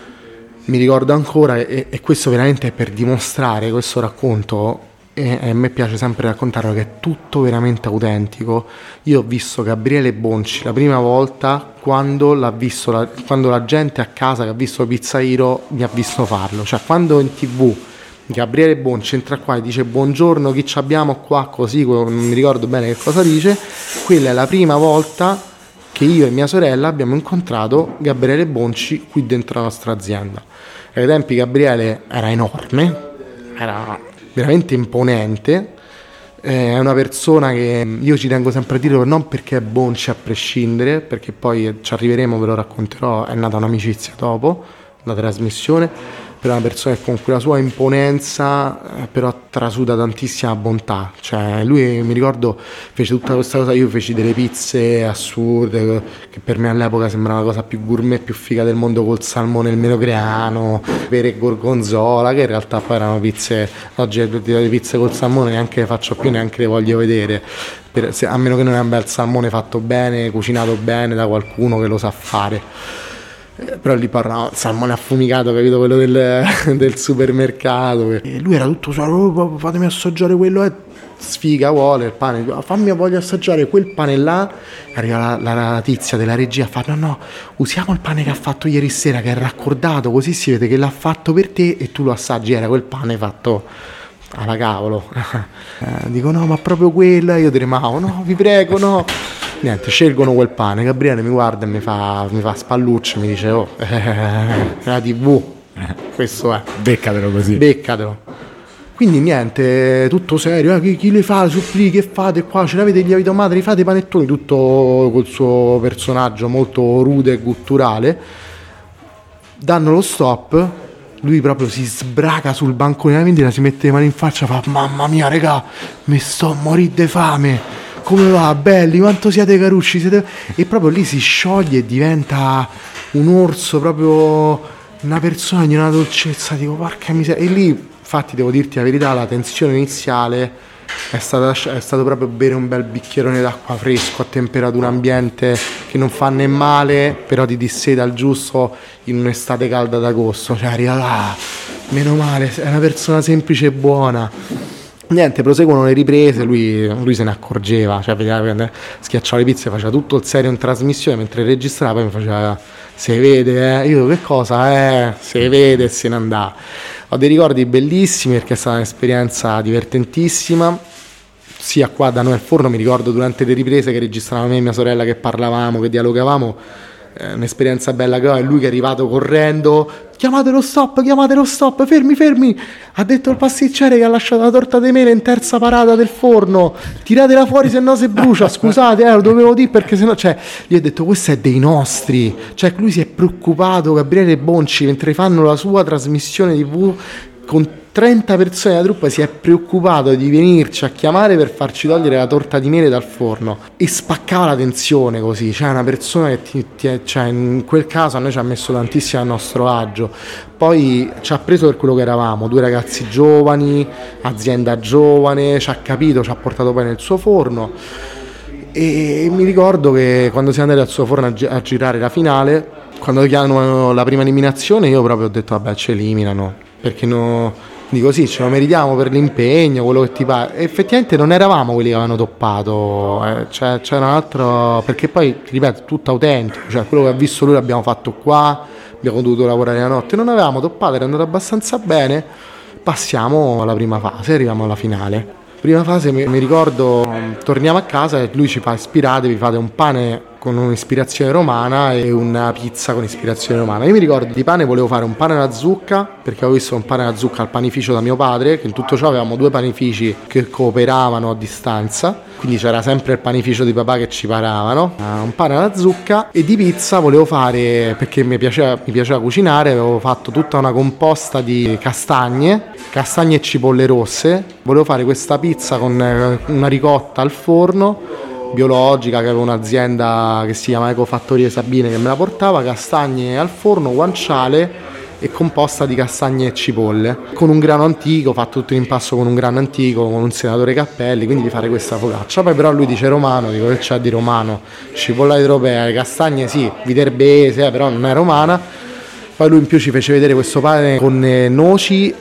mi ricordo ancora, e questo veramente è per dimostrare questo racconto, e a me piace sempre raccontarlo, che è tutto veramente autentico. Io ho visto Gabriele Bonci la prima volta quando l'ha visto quando la gente a casa che ha visto Pizza Hero mi ha visto farlo, cioè quando in TV Gabriele Bonci entra qua e dice buongiorno, chi ci abbiamo qua, così, non mi ricordo bene che cosa dice, quella è la prima volta che io e mia sorella abbiamo incontrato Gabriele Bonci qui dentro la nostra azienda. Ai tempi Gabriele era enorme, era veramente imponente, è una persona che io ci tengo sempre a dirlo, non perché è Bonci a prescindere, perché poi ci arriveremo, ve lo racconterò, è nata un'amicizia dopo la trasmissione, per una persona che con quella sua imponenza però trasuda tantissima bontà. Cioè lui, mi ricordo, fece tutta questa cosa, io feci delle pizze assurde che per me all'epoca sembrava la cosa più gourmet, più figa del mondo, col salmone e il melograno, pere e gorgonzola, che in realtà poi erano pizze, oggi le pizze col salmone neanche le faccio più, neanche le voglio vedere, a meno che non è un bel salmone fatto bene, cucinato bene da qualcuno che lo sa fare. Però lì parla salmone affumicato, capito, quello del supermercato, e lui era tutto solo, fatemi assaggiare quello, sfiga, vuole il pane, voglio assaggiare quel pane là. Arriva la tizia della regia, fa no, usiamo il pane che ha fatto ieri sera, che è raccordato, così si vede che l'ha fatto per te e tu lo assaggi. Era quel pane fatto alla cavolo. Dico no, ma proprio quella, io tremavo, no, vi prego, no. Niente, scelgono quel pane. Gabriele mi guarda e mi fa spallucce, mi dice la TV, questo è, beccatelo così, beccatelo. Quindi niente, tutto serio, chi le fa, supplì, che fate qua, ce l'avete gli tomate, li fate i panettoni, tutto col suo personaggio molto rude e gutturale. Danno lo stop, lui proprio si sbraca sul bancone della vendita, si mette le mani in faccia, fa mamma mia regà, mi sto a morire di fame, come va, belli, quanto siete carucci, e proprio lì si scioglie e diventa un orso, proprio una persona di una dolcezza, dico porca miseria. E lì, infatti, devo dirti la verità, la tensione iniziale è stato proprio bere un bel bicchierone d'acqua fresco a temperatura ambiente, che non fa né male, però ti disseta al giusto in un'estate calda d'agosto. Cioè arriva là, meno male, è una persona semplice e buona. Niente, proseguono le riprese, lui se ne accorgeva, cioè vedeva, schiacciava le pizze, faceva tutto il serio in trasmissione, mentre registrava poi mi faceva se vede, io che cosa, se vede, e se ne andava. Ho dei ricordi bellissimi perché è stata un'esperienza divertentissima, sia qua da noi al forno, mi ricordo durante le riprese che registravamo me e mia sorella, che parlavamo, che dialogavamo, un'esperienza bella che ho, è lui che è arrivato correndo, chiamate lo stop, fermi, ha detto il pasticcere che ha lasciato la torta di mele in terza parata del forno, tiratela fuori se no si brucia, scusate, lo dovevo dire perché sennò, cioè, gli ho detto questo è dei nostri, cioè lui si è preoccupato, Gabriele Bonci, mentre fanno la sua trasmissione TV con 30 persone della truppa, si è preoccupato di venirci a chiamare per farci togliere la torta di mele dal forno, e spaccava la tensione così. Cioè una persona che cioè in quel caso a noi ci ha messo tantissimo a nostro agio, poi ci ha preso per quello che eravamo, 2 ragazzi giovani, azienda giovane, ci ha capito, ci ha portato poi nel suo forno, e mi ricordo che quando siamo andati al suo forno a girare la finale, quando chiamano la prima eliminazione, io proprio ho detto vabbè, ci eliminano, perché no, dico sì, ce lo meritiamo per l'impegno, quello che ti pare. E effettivamente non eravamo quelli che avevano toppato, c'era un altro, perché poi, ripeto, tutto autentico, cioè quello che ha visto lui l'abbiamo fatto qua, abbiamo dovuto lavorare la notte, non avevamo toppato, era andato abbastanza bene. Passiamo alla prima fase, arriviamo alla finale. Prima fase mi ricordo, torniamo a casa e lui ci fa: ispiratevi, fate un pane con un'ispirazione romana e una pizza con ispirazione romana. Io mi ricordo di pane volevo fare un pane alla zucca, perché avevo visto un pane alla zucca al panificio da mio padre, che in tutto ciò avevamo 2 panifici che cooperavano a distanza, quindi c'era sempre il panificio di papà che ci paravano, un pane alla zucca. E di pizza volevo fare, perché mi piaceva cucinare, avevo fatto tutta una composta di castagne e cipolle rosse. Volevo fare questa pizza con una ricotta al forno biologica, che aveva un'azienda che si chiama Ecofattorie Sabine che me la portava, castagne al forno, guanciale e composta di castagne e cipolle, con un grano antico, fatto tutto l'impasto con un grano antico, con un senatore Cappelli, quindi di fare questa focaccia. Poi però lui dice romano, dico che c'è di romano, cipolla europea, le castagne sì, viterbese, però non è romana. Poi lui in più ci fece vedere questo pane con noci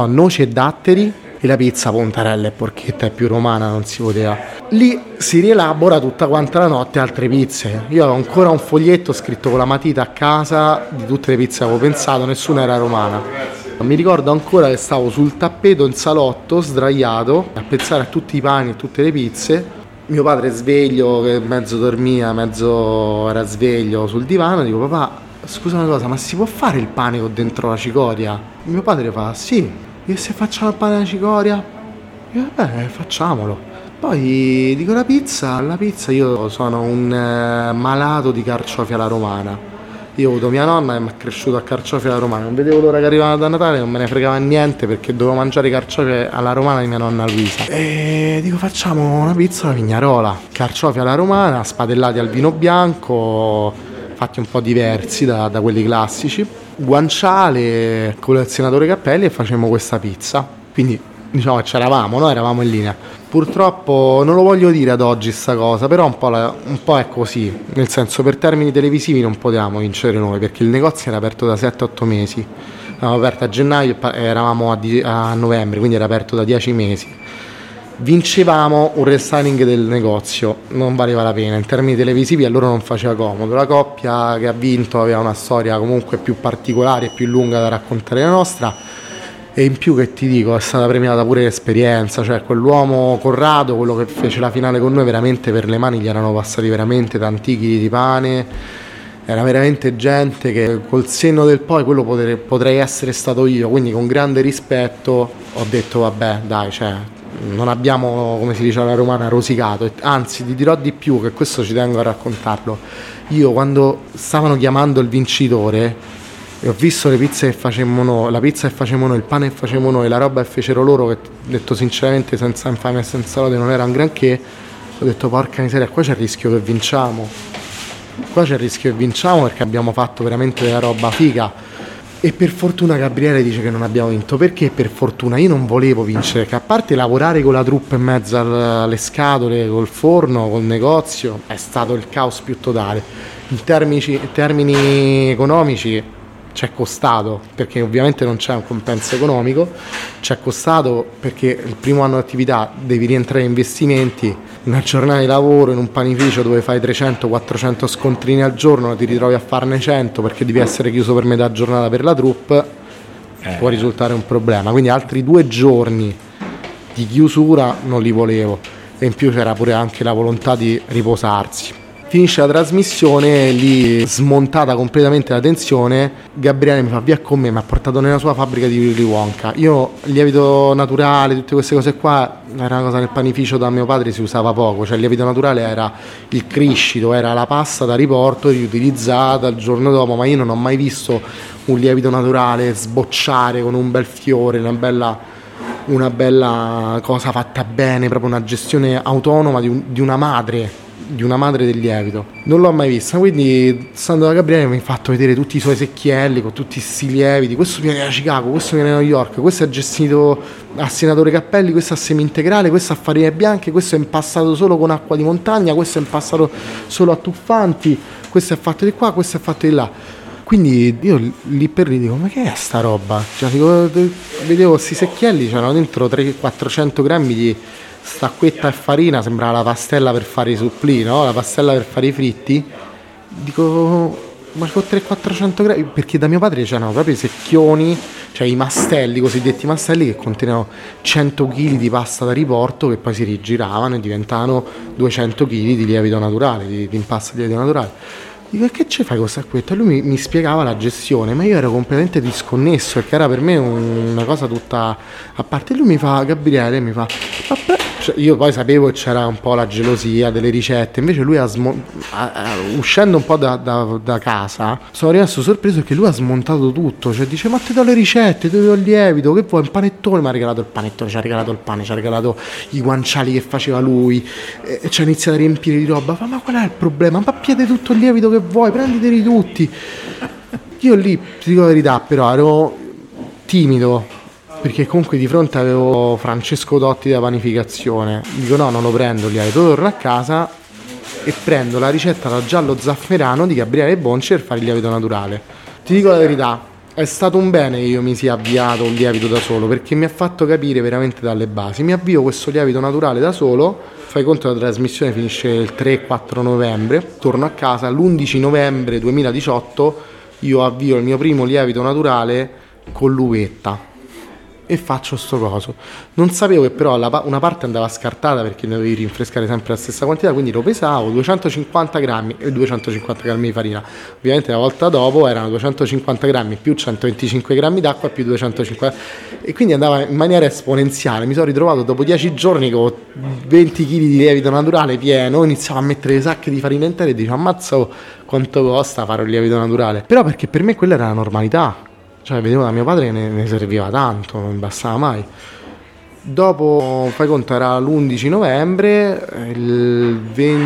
e datteri, e la pizza pontarella e porchetta è più romana, non si poteva. Lì si rielabora tutta quanta la notte altre pizze. Io avevo ancora un foglietto scritto con la matita a casa di tutte le pizze che avevo pensato, nessuna era romana. Mi ricordo ancora che stavo sul tappeto in salotto sdraiato a pensare a tutti i pani e tutte le pizze. Mio padre sveglio, che mezzo dormia, mezzo era sveglio sul divano, dico: papà, scusa una cosa, ma si può fare il pane con dentro la cicoria? Mio padre fa: sì. E se facciamo il pane alla cicoria? E vabbè, facciamolo. Poi dico la pizza io sono un malato di carciofi alla romana. Io ho avuto mia nonna e mi è cresciuto a carciofi alla romana, non vedevo l'ora che arrivava da Natale, non me ne fregava niente perché dovevo mangiare i carciofi alla romana di mia nonna Luisa. E dico facciamo una pizza alla vignarola, carciofi alla romana, spadellati al vino bianco, fatti un po' diversi da quelli classici, guanciale con il senatore Cappelli, e facemmo questa pizza. Quindi diciamo che c'eravamo, no? Eravamo in linea. Purtroppo non lo voglio dire ad oggi sta cosa, però un po' è così, nel senso, per termini televisivi non potevamo vincere noi, perché il negozio era aperto da 7-8 mesi, eravamo aperti a gennaio e eravamo a novembre, quindi era aperto da 10 mesi. Vincevamo un restyling del negozio, non valeva la pena, in termini televisivi a loro non faceva comodo. La coppia che ha vinto aveva una storia comunque più particolare e più lunga da raccontare la nostra, e in più, che ti dico, è stata premiata pure l'esperienza, cioè quell'uomo Corrado, quello che fece la finale con noi, veramente per le mani gli erano passati veramente tanti chili di pane, era veramente gente che col senno del poi quello potrei essere stato io, quindi con grande rispetto ho detto vabbè dai, cioè non abbiamo, come si dice alla romana, rosicato. Anzi, ti dirò di più, che questo ci tengo a raccontarlo. Io quando stavano chiamando il vincitore e ho visto le pizze che facemmo noi, la pizza che facemmo noi, il pane che facemmo noi, la roba che fecero loro, che detto sinceramente senza infamia e senza lode non era un granché, ho detto porca miseria, qua c'è il rischio che vinciamo, perché abbiamo fatto veramente della roba figa. E per fortuna Gabriele dice che non abbiamo vinto. Perché per fortuna? Io non volevo vincere, che a parte lavorare con la troupe in mezzo alle scatole, col forno, col negozio, è stato il caos più totale. In termini economici ci è costato, perché ovviamente non c'è un compenso economico, ci è costato perché il primo anno di attività devi rientrare in investimenti, una giornata di lavoro in un panificio dove fai 300-400 scontrini al giorno, ti ritrovi a farne 100 perché devi essere chiuso per metà giornata per la troupe, può risultare un problema. Quindi altri 2 giorni di chiusura non li volevo, e in più c'era pure anche la volontà di riposarsi. Finisce la trasmissione, lì smontata completamente la tensione, Gabriele mi fa via con me, mi ha portato nella sua fabbrica di Willy Wonka. Io il lievito naturale, tutte queste cose qua, era una cosa nel panificio da mio padre si usava poco, cioè il lievito naturale era il criscito, era la pasta da riporto riutilizzata il giorno dopo, ma io non ho mai visto un lievito naturale sbocciare con un bel fiore, una bella cosa fatta bene, proprio una gestione autonoma di una madre del lievito. Non l'ho mai vista, quindi stando da Gabriele mi ha fatto vedere tutti i suoi secchielli con tutti questi lieviti. Questo viene da Chicago, questo viene da New York, questo è gestito a senatore Cappelli, questo a semi integrale, questo a farine bianche, questo è impastato solo con acqua di montagna, questo è impastato solo a tuffanti, questo è fatto di qua, questo è fatto di là. Quindi io lì per lì dico, ma che è sta roba? Cioè, vedevo questi secchielli, c'erano dentro 300-400 grammi di stacquetta e farina, sembrava la pastella per fare i supplì, no? La pastella per fare i fritti. Dico, ma con 300-400 grammi, perché da mio padre c'erano proprio i secchioni, cioè i mastelli, cosiddetti mastelli, che contenevano 100 kg di pasta da riporto che poi si rigiravano e diventavano 200 kg di lievito naturale, di impasto di lievito naturale. Dico, e che ci fai con questo acquetto? E lui mi spiegava la gestione, ma io ero completamente disconnesso, perché era per me una cosa tutta a parte. E lui mi fa, Gabriele, mi fa, vabbè. Cioè, io poi sapevo che c'era un po' la gelosia delle ricette, invece lui uscendo un po' da casa, sono rimasto sorpreso perché lui ha smontato tutto, cioè dice, ma ti do le ricette, ti do il lievito, che vuoi, un panettone, mi ha regalato il panettone, ci ha regalato il pane, ci ha regalato i guanciali che faceva lui, e ci ha iniziato a riempire di roba. Ma qual è il problema? Ma piede tutto il lievito che vuoi, prenditeli tutti. Io lì, ti dico la verità, però ero timido, perché comunque di fronte avevo Francesco Dotti da panificazione. Dico, no, non lo prendo il lievito, torno a casa e prendo la ricetta da giallo zafferano di Gabriele Bonci per fare il lievito naturale. Ti dico la verità, è stato un bene che io mi sia avviato un lievito da solo, perché mi ha fatto capire veramente dalle basi. Mi avvio questo lievito naturale da solo, fai conto, la trasmissione finisce il 3-4 novembre, torno a casa, l'11 novembre 2018 io avvio il mio primo lievito naturale con l'uvetta e faccio sto coso. Non sapevo che però una parte andava scartata perché ne dovevi rinfrescare sempre la stessa quantità, quindi lo pesavo, 250 grammi e 250 grammi di farina. Ovviamente la volta dopo erano 250 grammi più 125 grammi d'acqua più 250, e quindi andava in maniera esponenziale. Mi sono ritrovato dopo 10 giorni con 20 kg di lievito naturale pieno, iniziavo a mettere le sacche di farina intere e dicevo, ammazza quanto costa fare un lievito naturale. Però perché per me quella era la normalità. Cioè, vedevo da mio padre che ne serviva tanto, non bastava mai. Dopo, fai conto, era l'11 novembre, il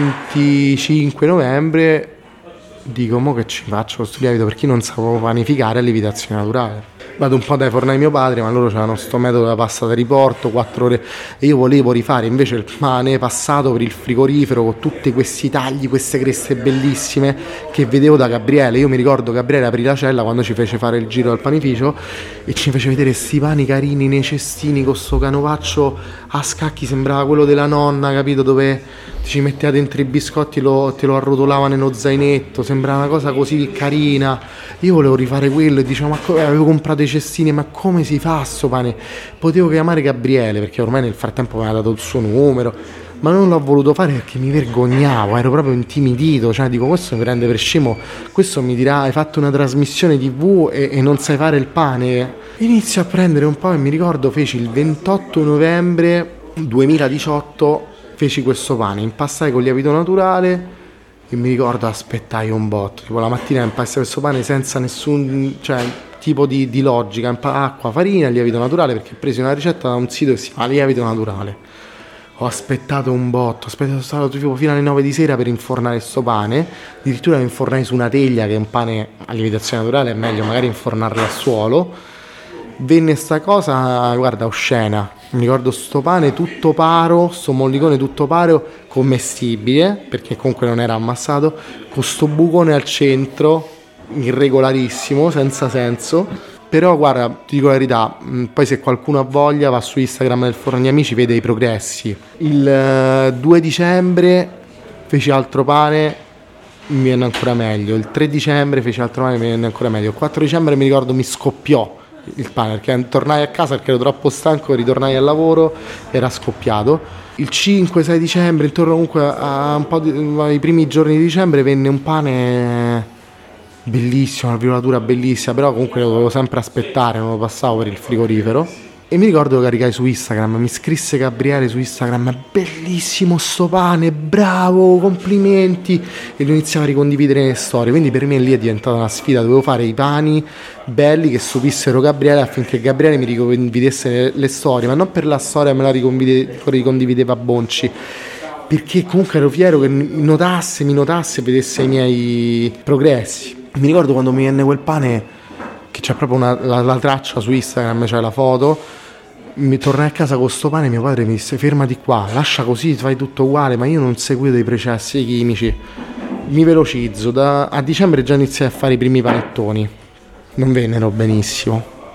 25 novembre dico, mo che ci faccio questo lievito, perché io non sapevo panificare a lievitazione naturale. Vado un po' dai fornai mio padre, ma loro c'erano sto metodo da pasta da riporto, 4 ore, e io volevo rifare invece il pane passato per il frigorifero con tutti questi tagli, queste creste bellissime che vedevo da Gabriele. Io mi ricordo Gabriele aprì la cella quando ci fece fare il giro al panificio e ci fece vedere sti pani carini nei cestini con sto canovaccio a scacchi, sembrava quello della nonna, capito, dove ci metteva dentro i biscotti, te lo arrotolava nello zainetto, sembrava una cosa così carina. Io volevo rifare quello e dicevo, avevo comprato i cestini, ma come si fa sto pane? Potevo chiamare Gabriele, perché ormai nel frattempo mi aveva dato il suo numero, ma non l'ho voluto fare perché mi vergognavo, ero proprio intimidito. Cioè dico, questo mi prende per scemo, questo mi dirà, hai fatto una trasmissione TV e non sai fare il pane. Inizio a prendere un po' e mi ricordo feci il 28 novembre 2018, feci questo pane, impastai con lievito naturale e mi ricordo aspettai un botto, tipo la mattina impastai questo pane senza nessun, cioè, tipo di logica, acqua, farina e lievito naturale, perché presi una ricetta da un sito che si chiama lievito naturale. Ho aspettato un botto, sono stato tipo fino alle 9 di sera per infornare sto pane, addirittura lo infornai su una teglia, che è un pane a lievitazione naturale, è meglio magari infornarlo al suolo. Venne sta cosa, guarda, oscena. Mi ricordo sto pane tutto paro, sto mollicone tutto paro, commestibile, perché comunque non era ammassato, con sto bucone al centro, irregolarissimo, senza senso. Però guarda, ti dico la verità, poi se qualcuno ha voglia va su Instagram del Forno degli Amici, vede i progressi. Il 2 dicembre feci altro pane, mi viene ancora meglio. Il 3 dicembre feci altro pane, mi viene ancora meglio. Il 4 dicembre mi ricordo mi scoppiò il pane, perché tornai a casa perché ero troppo stanco, ritornai al lavoro, era scoppiato. Il 5-6 dicembre, intorno comunque a un po' ai primi giorni di dicembre, venne un pane bellissimo, una velatura bellissima, però comunque lo dovevo sempre aspettare, non lo passavo per il frigorifero. E mi ricordo che caricai su Instagram, mi scrisse Gabriele su Instagram, bellissimo sto pane, bravo, complimenti, e lo iniziavo a ricondividere nelle storie. Quindi per me lì è diventata una sfida, dovevo fare i pani belli che stupissero Gabriele, affinché Gabriele mi ricondividesse le storie, ma non per la storia me la ricondivideva Bonci, perché comunque ero fiero che mi notasse e vedesse i miei progressi. Mi ricordo quando mi venne quel pane, che c'è proprio la traccia su Instagram, c'è la foto. Mi tornai a casa con sto pane, mio padre mi disse fermati qua, lascia così, fai tutto uguale, ma io non seguivo dei processi chimici, mi velocizzo. A dicembre già iniziai a fare i primi panettoni, non vennero benissimo,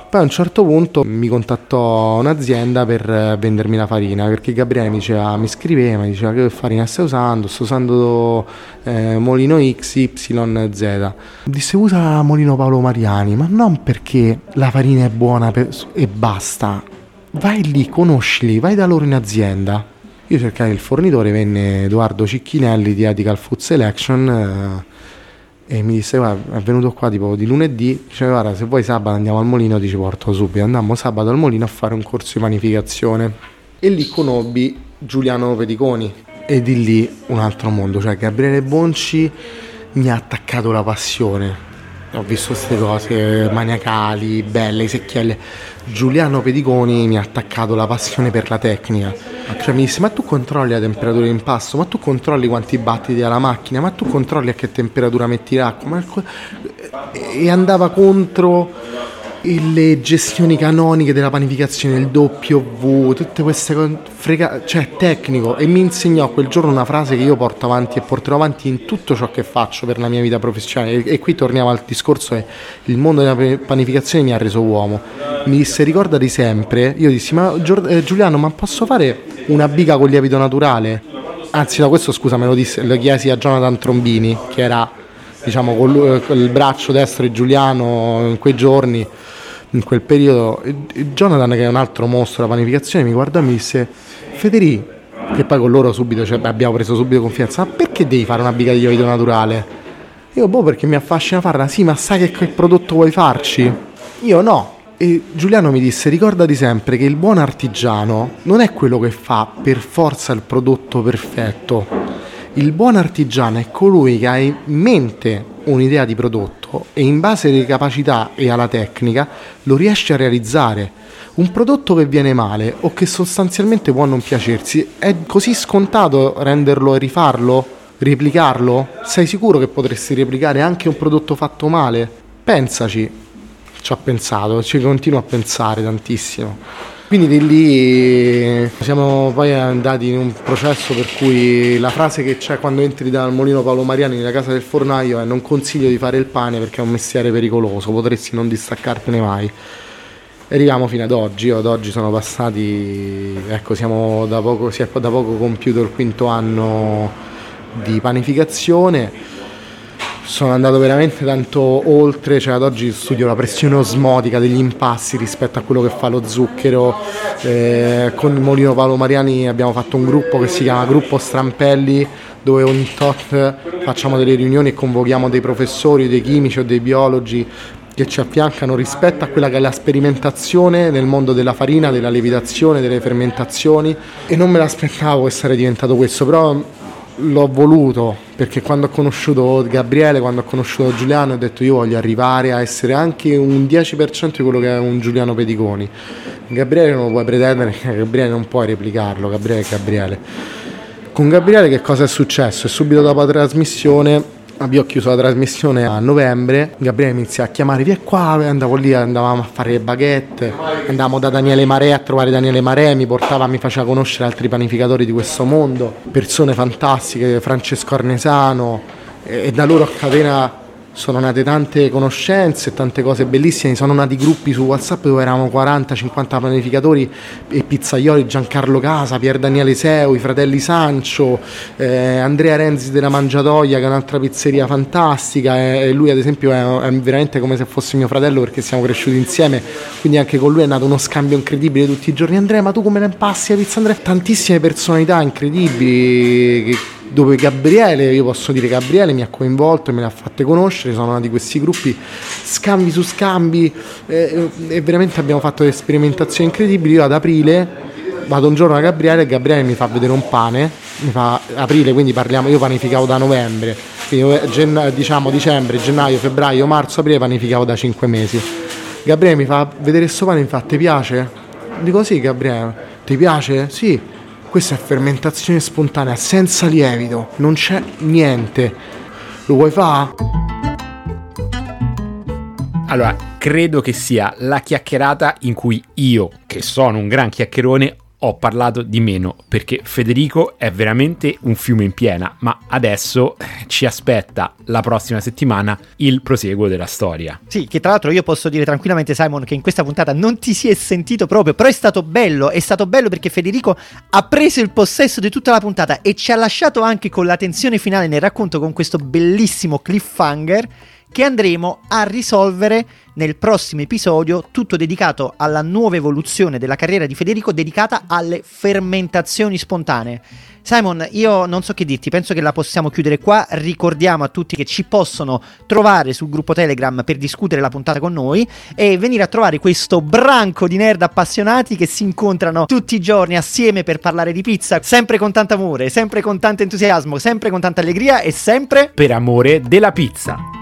Poi a un certo punto mi contattò un'azienda per vendermi la farina, perché Gabriele mi scriveva, mi diceva: che farina stai usando? Sto usando Molino XYZ. Disse: usa Molino Paolo Mariani, ma non perché la farina è buona e basta. Vai lì, conoscili, vai da loro in azienda. Io cercai il fornitore, venne Edoardo Cicchinelli di Ethical Food Selection, e mi disse: guarda, è venuto qua tipo di lunedì, diceva: guarda, se vuoi sabato andiamo al mulino, ti ci porto subito. Andammo sabato al mulino a fare un corso di panificazione e lì conobbi Giuliano Pediconi, e di lì un altro mondo, cioè Gabriele Bonci mi ha attaccato la passione. Ho visto queste cose maniacali, belle, secchielle. Giuliano Pediconi mi ha attaccato la passione per la tecnica. Cioè mi disse: ma tu controlli la temperatura di impasto, ma tu controlli quanti battiti ha la macchina, ma tu controlli a che temperatura metti l'acqua, e andava contro le gestioni canoniche della panificazione, il W, tutte queste cose, cioè tecnico, e mi insegnò quel giorno una frase che io porto avanti e porterò avanti in tutto ciò che faccio per la mia vita professionale, e qui torniamo al discorso che il mondo della panificazione mi ha reso uomo. Mi disse: ricordati sempre. Io dissi: ma Giuliano, ma posso fare una biga con lievito naturale? Anzi, no, questo scusa, me lo disse, lo chiesi a Jonathan Trombini, che era, diciamo, con il braccio destro di Giuliano in quei giorni, in quel periodo. Jonathan, che è un altro mostro della panificazione, mi guardò e mi disse: Federì, che poi con loro subito, cioè, abbiamo preso subito confidenza: ma perché devi fare una biga di lievito naturale? Io: perché mi affascina farla. Sì, ma sai che prodotto vuoi farci? Io: no. E Giuliano mi disse: ricordati sempre che il buon artigiano non è quello che fa per forza il prodotto perfetto. Il buon artigiano è colui che ha in mente un'idea di prodotto e in base alle capacità e alla tecnica lo riesce a realizzare. Un prodotto che viene male o che sostanzialmente può non piacersi, è così scontato renderlo e rifarlo, replicarlo? Sei sicuro che potresti replicare anche un prodotto fatto male? Pensaci. Ci ho pensato, ci continuo a pensare tantissimo. Quindi di lì siamo poi andati in un processo per cui la frase che c'è quando entri dal mulino Paolo Mariani nella casa del fornaio è: non consiglio di fare il pane perché è un mestiere pericoloso, potresti non distaccartene mai. E arriviamo fino ad oggi. Io ad oggi sono passati, ecco, si è da poco compiuto il 5° anno di panificazione. Sono andato veramente tanto oltre, cioè ad oggi studio la pressione osmotica degli impasti rispetto a quello che fa lo zucchero. Con il mulino Paolo Mariani abbiamo fatto un gruppo che si chiama Gruppo Strampelli, dove ogni tot facciamo delle riunioni e convochiamo dei professori, dei chimici o dei biologi che ci affiancano rispetto a quella che è la sperimentazione nel mondo della farina, della lievitazione, delle fermentazioni. E non me l'aspettavo che sarebbe diventato questo, però l'ho voluto, perché quando ho conosciuto Gabriele, quando ho conosciuto Giuliano, ho detto: io voglio arrivare a essere anche un 10% di quello che è un Giuliano Pediconi. Gabriele non lo puoi pretendere, Gabriele non puoi replicarlo, Gabriele è Gabriele. Con Gabriele che cosa è successo? E subito dopo la trasmissione, abbiamo chiuso la trasmissione a novembre, Gabriele mi iniziò a chiamare: via qua, andavo lì, andavamo a fare le baguette, andavamo da Daniele Marè a trovare Daniele Marè, mi faceva conoscere altri panificatori di questo mondo, persone fantastiche, Francesco Arnesano, e da loro a catena sono nate tante conoscenze, tante cose bellissime. Sono nati gruppi su WhatsApp dove eravamo 40-50 panificatori e pizzaioli: Giancarlo Casa, Pier Daniele Seu, i fratelli Sancio, Andrea Renzi della Mangiatoia, che è un'altra pizzeria fantastica, e lui ad esempio è veramente come se fosse mio fratello, perché siamo cresciuti insieme, quindi anche con lui è nato uno scambio incredibile tutti i giorni. Andrea, ma tu come la impasti la pizza, Andrea? Tantissime personalità incredibili dove Gabriele, io posso dire Gabriele mi ha coinvolto e me le ha fatte conoscere. Sono nati questi gruppi, scambi su scambi, e veramente abbiamo fatto delle sperimentazioni incredibili. Io ad aprile vado un giorno da Gabriele e Gabriele mi fa vedere un pane, mi fa aprile, quindi parliamo, io panificavo da novembre, quindi diciamo dicembre, gennaio, febbraio, marzo, aprile panificavo da 5 mesi. Gabriele mi fa vedere questo pane e mi fa: ti piace? Dico: sì Gabriele. Ti piace? Sì. Questa è fermentazione spontanea, senza lievito, non c'è niente. Lo vuoi fare? Allora, credo che sia la chiacchierata in cui io, che sono un gran chiacchierone, ho parlato di meno perché Federico è veramente un fiume in piena, ma adesso ci aspetta la prossima settimana il proseguo della storia. Sì, che tra l'altro io posso dire tranquillamente, Simon, che in questa puntata non ti si è sentito proprio, però è stato bello perché Federico ha preso il possesso di tutta la puntata e ci ha lasciato anche con la tensione finale nel racconto, con questo bellissimo cliffhanger che andremo a risolvere nel prossimo episodio, tutto dedicato alla nuova evoluzione della carriera di Federico, dedicata alle fermentazioni spontanee. Simon, io non so che dirti, penso che la possiamo chiudere qua. Ricordiamo a tutti che ci possono trovare sul gruppo Telegram per discutere la puntata con noi e venire a trovare questo branco di nerd appassionati che si incontrano tutti i giorni assieme per parlare di pizza, sempre con tanto amore, sempre con tanto entusiasmo, sempre con tanta allegria e sempre per amore della pizza.